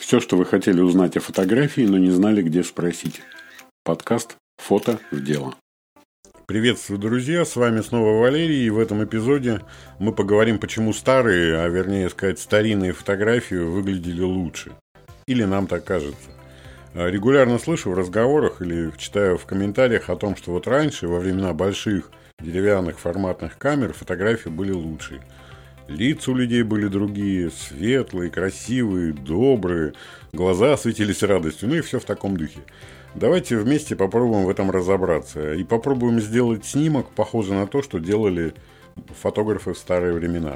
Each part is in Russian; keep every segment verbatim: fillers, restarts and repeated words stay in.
Все, что вы хотели узнать о фотографии, но не знали, где спросить. Подкаст «Фото в дело». Приветствую, друзья! С вами снова Валерий. И в этом эпизоде мы поговорим, почему старые, а вернее сказать, старинные фотографии выглядели лучше. Или нам так кажется. Регулярно слышу в разговорах или читаю в комментариях о том, что вот раньше, во времена больших деревянных форматных камер, фотографии были лучше. Лица у людей были другие, светлые, красивые, добрые, глаза светились радостью, ну и все в таком духе. Давайте вместе попробуем в этом разобраться и попробуем сделать снимок, похожий на то, что делали фотографы в старые времена.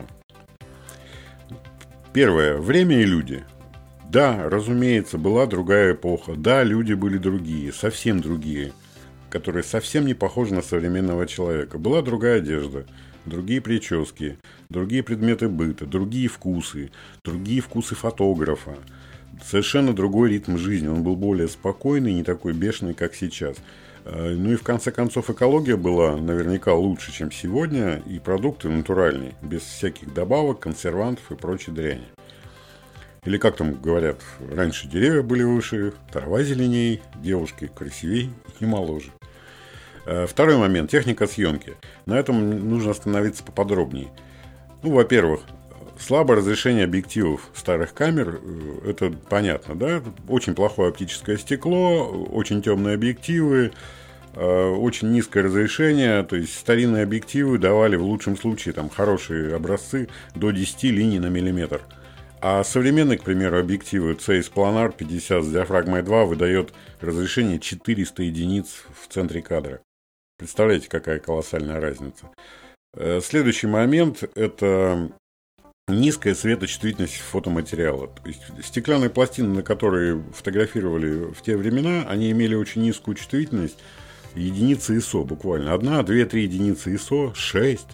Первое. Время и люди. Да, разумеется, была другая эпоха. Да, люди были другие, совсем другие, которые совсем не похожи на современного человека. Была другая одежда, другие прически, другие предметы быта, другие вкусы, другие вкусы фотографа. Совершенно другой ритм жизни. Он был более спокойный, не такой бешеный, как сейчас. Ну и в конце концов экология была наверняка лучше, чем сегодня, и продукты натуральные, без всяких добавок, консервантов и прочей дряни. Или как там говорят, раньше деревья были выше, трава зеленей, девушки красивей и моложе. Второй момент – техника съемки. На этом нужно остановиться поподробнее. Ну, во-первых, слабое разрешение объективов старых камер, это понятно, да? Очень плохое оптическое стекло, очень темные объективы, очень низкое разрешение. То есть старинные объективы давали в лучшем случае там, хорошие образцы до десяти линий на миллиметр. А современные, к примеру, объективы Zeiss Planar пятьдесят с диафрагмой два выдает разрешение четыреста единиц в центре кадра. Представляете, какая колоссальная разница. Следующий момент – это низкая светочувствительность фотоматериала. То есть стеклянные пластины, на которые фотографировали в те времена, они имели очень низкую чувствительность, единицы ай эс о буквально. Одна, две, три единицы ай эс о, шесть.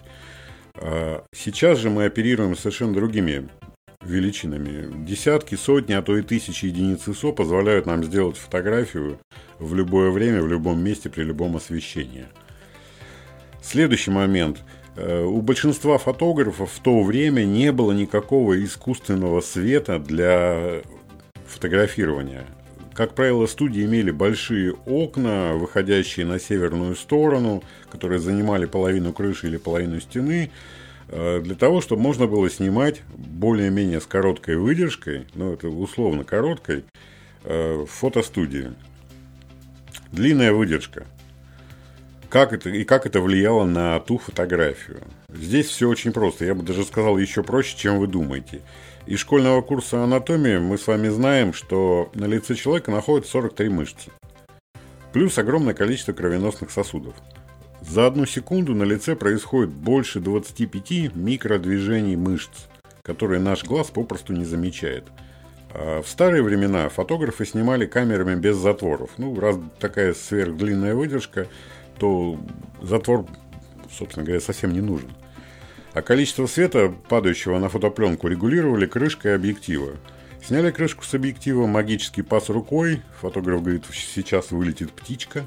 Сейчас же мы оперируем совершенно другими величинами. Десятки, сотни, а то и тысячи единиц ай эс о позволяют нам сделать фотографию в любое время, в любом месте, при любом освещении. Следующий момент. У большинства фотографов в то время не было никакого искусственного света для фотографирования. Как правило, студии имели большие окна, выходящие на северную сторону, которые занимали половину крыши или половину стены, для того, чтобы можно было снимать более-менее с короткой выдержкой, ну, это условно короткой, в фотостудии. Длинная выдержка. Как это, и как это влияло на ту фотографию? Здесь все очень просто. Я бы даже сказал еще проще, чем вы думаете. Из школьного курса анатомии мы с вами знаем, что на лице человека находится сорок три мышцы. Плюс огромное количество кровеносных сосудов. За одну секунду на лице происходит больше двадцати пяти микродвижений мышц, которые наш глаз попросту не замечает. А в старые времена фотографы снимали камерами без затворов. Ну, раз такая сверхдлинная выдержка, то затвор, собственно говоря, совсем не нужен. А количество света, падающего на фотопленку, регулировали крышкой объектива. Сняли крышку с объектива, магический пас рукой, фотограф говорит, сейчас вылетит птичка,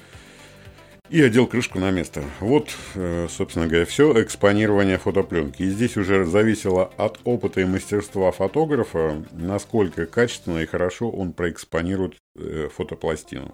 и одел крышку на место. Вот, собственно говоря, все экспонирование фотопленки. И здесь уже зависело от опыта и мастерства фотографа, насколько качественно и хорошо он проэкспонирует фотопластину.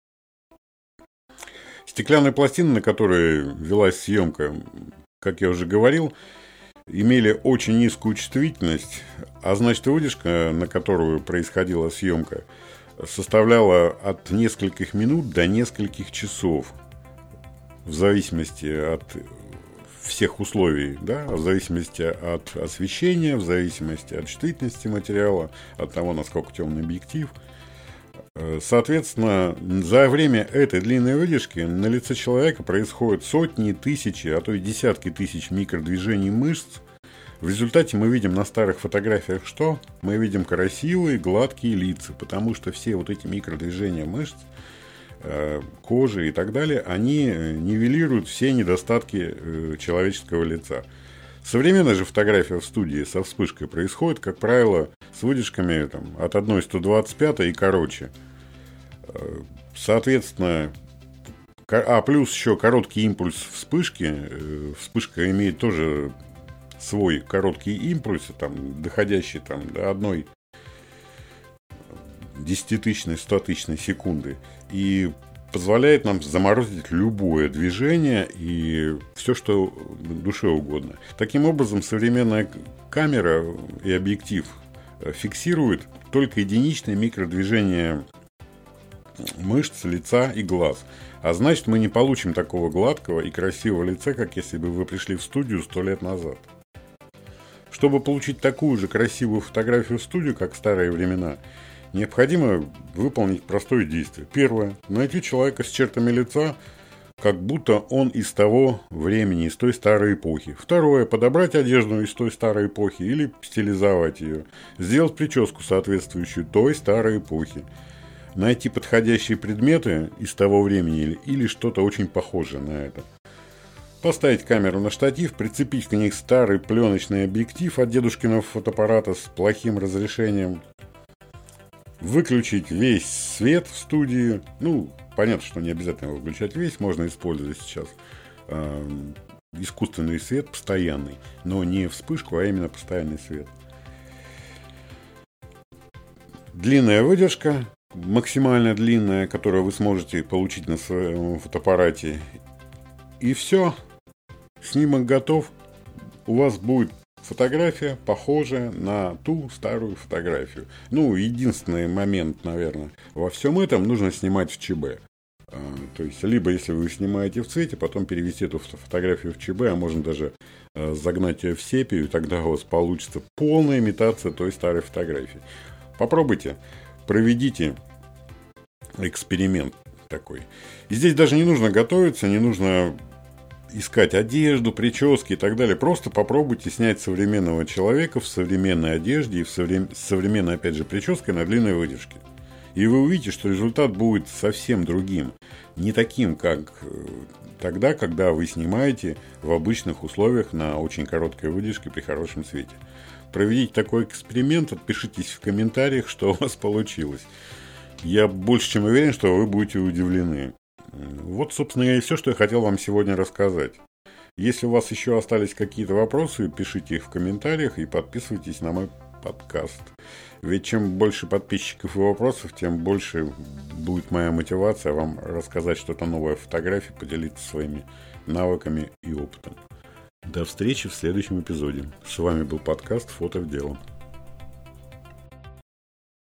Стеклянные пластины, на которые велась съемка, как я уже говорил, имели очень низкую чувствительность, а значит выдержка, на которую происходила съемка, составляла от нескольких минут до нескольких часов. В зависимости от всех условий, да, в зависимости от освещения, в зависимости от чувствительности материала, от того, насколько темный объектив. Соответственно, за время этой длинной выдержки на лице человека происходят сотни, тысячи, а то и десятки тысяч микродвижений мышц. В результате мы видим на старых фотографиях что? Мы видим красивые, гладкие лица, потому что все вот эти микродвижения мышц, кожи и так далее, они нивелируют все недостатки человеческого лица. Современная же фотография в студии со вспышкой происходит, как правило, с выдержками там, от одна сто двадцать пять и короче. Соответственно, а плюс еще короткий импульс вспышки. Вспышка имеет тоже свой короткий импульс, там, доходящий там, до одной десятитысячной, стотысячной секунды и позволяет нам заморозить любое движение и все, что душе угодно. Таким образом, современная камера и объектив фиксирует только единичные микродвижения мышц, лица и глаз. А значит, мы не получим такого гладкого и красивого лица, как если бы вы пришли в студию сто лет назад. Чтобы получить такую же красивую фотографию в студию, как в старые времена, необходимо выполнить простое действие. Первое. Найти человека с чертами лица, как будто он из того времени, из той старой эпохи. Второе. Подобрать одежду из той старой эпохи или стилизовать ее. Сделать прическу, соответствующую той старой эпохе. Найти подходящие предметы из того времени или, или что-то очень похожее на это. Поставить камеру на штатив, прицепить к ней старый пленочный объектив от дедушкиного фотоаппарата с плохим разрешением. Выключить весь свет в студии. Ну, понятно, что не обязательно его выключать весь. Можно использовать сейчас э, искусственный свет постоянный. Но не вспышку, а именно постоянный свет. Длинная выдержка. Максимально длинная, которую вы сможете получить на своем фотоаппарате. И все. Снимок готов. У вас будет фотография, похожая на ту старую фотографию. Ну, единственный момент, наверное, во всем этом нужно снимать в ЧБ. А, то есть, либо если вы снимаете в цвете, потом перевести эту фотографию в ЧБ, а можно даже а, загнать ее в сепию, и тогда у вас получится полная имитация той старой фотографии. Попробуйте, проведите эксперимент такой. И здесь даже не нужно готовиться, не нужно искать одежду, прически и так далее. Просто попробуйте снять современного человека в современной одежде и в соврем... с современной, опять же, прической на длинной выдержке. И вы увидите, что результат будет совсем другим. Не таким, как тогда, когда вы снимаете в обычных условиях на очень короткой выдержке при хорошем свете. Проведите такой эксперимент, отпишитесь в комментариях, что у вас получилось. Я больше чем уверен, что вы будете удивлены. Вот, собственно, и все, что я хотел вам сегодня рассказать. Если у вас еще остались какие-то вопросы, пишите их в комментариях и подписывайтесь на мой подкаст. Ведь чем больше подписчиков и вопросов, тем больше будет моя мотивация вам рассказать что-то новое о фотографии, поделиться своими навыками и опытом. До встречи в следующем эпизоде. С вами был подкаст «Фото в дело».